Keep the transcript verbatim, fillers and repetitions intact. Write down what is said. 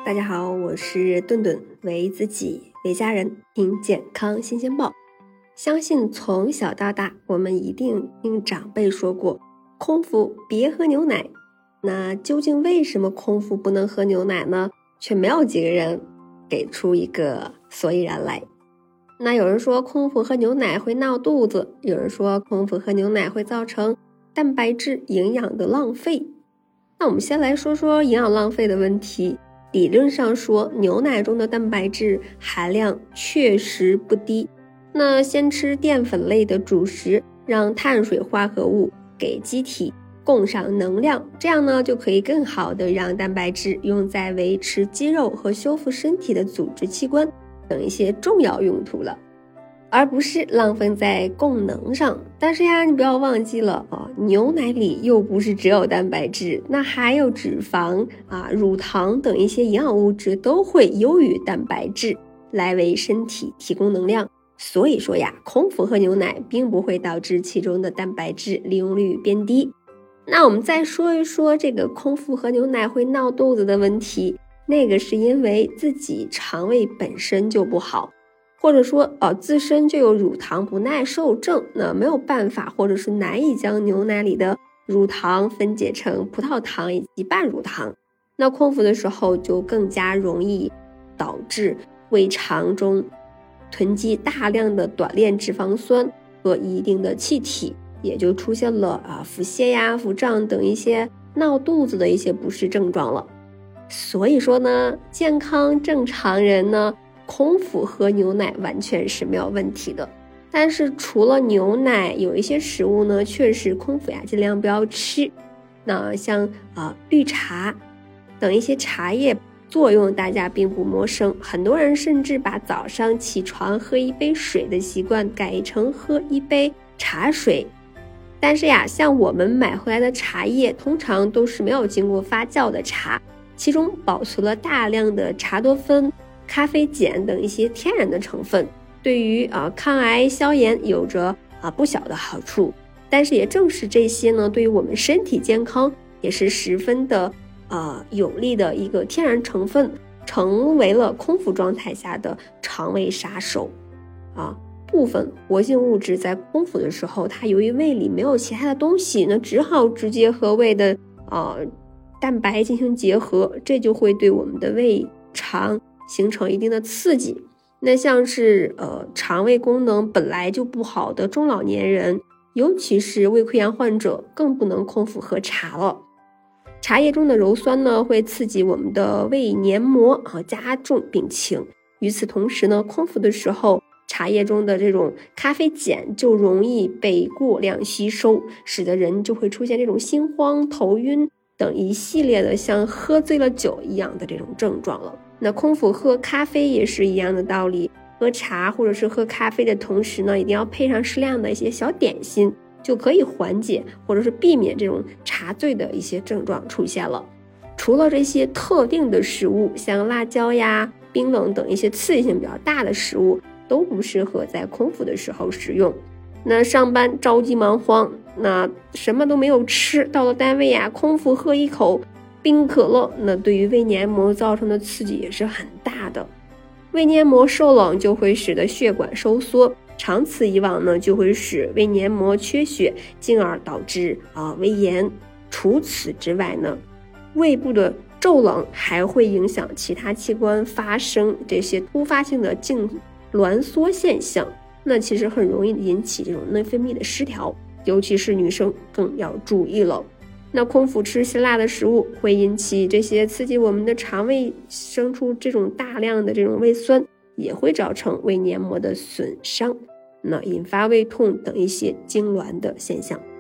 大家好，我是顿顿，为自己为家人听健康新鲜报。相信从小到大我们一定听长辈说过空腹别喝牛奶，那究竟为什么空腹不能喝牛奶呢？却没有几个人给出一个所以然来。那有人说空腹喝牛奶会闹肚子，有人说空腹喝牛奶会造成蛋白质营养的浪费。那我们先来说说营养浪费的问题。理论上说，牛奶中的蛋白质含量确实不低。那先吃淀粉类的主食，让碳水化合物给机体供上能量，这样呢就可以更好的让蛋白质用在维持肌肉和修复身体的组织器官等一些重要用途了，而不是浪费在供能上。但是呀，你不要忘记了啊，牛奶里又不是只有蛋白质，那还有脂肪啊、乳糖等一些营养物质都会优于蛋白质来为身体提供能量。所以说呀，空腹喝牛奶并不会导致其中的蛋白质利用率变低。那我们再说一说这个空腹喝牛奶会闹肚子的问题，那个是因为自己肠胃本身就不好，或者说呃自身就有乳糖不耐受症，那没有办法或者是难以将牛奶里的乳糖分解成葡萄糖以及半乳糖，那空腹的时候就更加容易导致胃肠中囤积大量的短链脂肪酸和一定的气体，也就出现了啊腹泻呀、腹胀等一些闹肚子的一些不适症状了。所以说呢，健康正常人呢空腹喝牛奶完全是没有问题的。但是除了牛奶，有一些食物呢确实空腹呀尽量不要吃。那像啊、呃、绿茶等一些茶叶作用大家并不陌生，很多人甚至把早上起床喝一杯水的习惯改成喝一杯茶水。但是呀，像我们买回来的茶叶通常都是没有经过发酵的茶，其中保存了大量的茶多酚、咖啡碱等一些天然的成分，对于啊抗癌消炎有着啊不小的好处。但是也正是这些呢，对于我们身体健康也是十分的呃有利的一个天然成分，成为了空腹状态下的肠胃杀手啊。部分活性物质在空腹的时候，它由于胃里没有其他的东西，那只好直接和胃的呃蛋白进行结合，这就会对我们的胃肠形成一定的刺激。那像是呃肠胃功能本来就不好的中老年人，尤其是胃溃疡患者，更不能空腹喝茶了。茶叶中的鞣酸呢，会刺激我们的胃黏膜啊，加重病情。与此同时呢，空腹的时候，茶叶中的这种咖啡碱就容易被过量吸收，使得人就会出现这种心慌、头晕等一系列的像喝醉了酒一样的这种症状了。那空腹喝咖啡也是一样的道理，喝茶或者是喝咖啡的同时呢，一定要配上适量的一些小点心，就可以缓解或者是避免这种茶醉的一些症状出现了。除了这些特定的食物，像辣椒呀、冰冷等一些刺激性比较大的食物都不适合在空腹的时候食用。那上班着急忙慌，那什么都没有吃，到了单位呀，空腹喝一口冰可乐，那对于胃黏膜造成的刺激也是很大的。胃黏膜受冷就会使得血管收缩，长此以往呢，就会使胃黏膜缺血，进而导致啊、呃、胃炎。除此之外呢，胃部的骤冷还会影响其他器官发生这些突发性的痉挛缩现象，那其实很容易引起这种内分泌的失调，尤其是女生更要注意了。那空腹吃辛辣的食物会引起这些刺激我们的肠胃生出这种大量的这种胃酸，也会造成胃黏膜的损伤，那引发胃痛等一些痉挛的现象。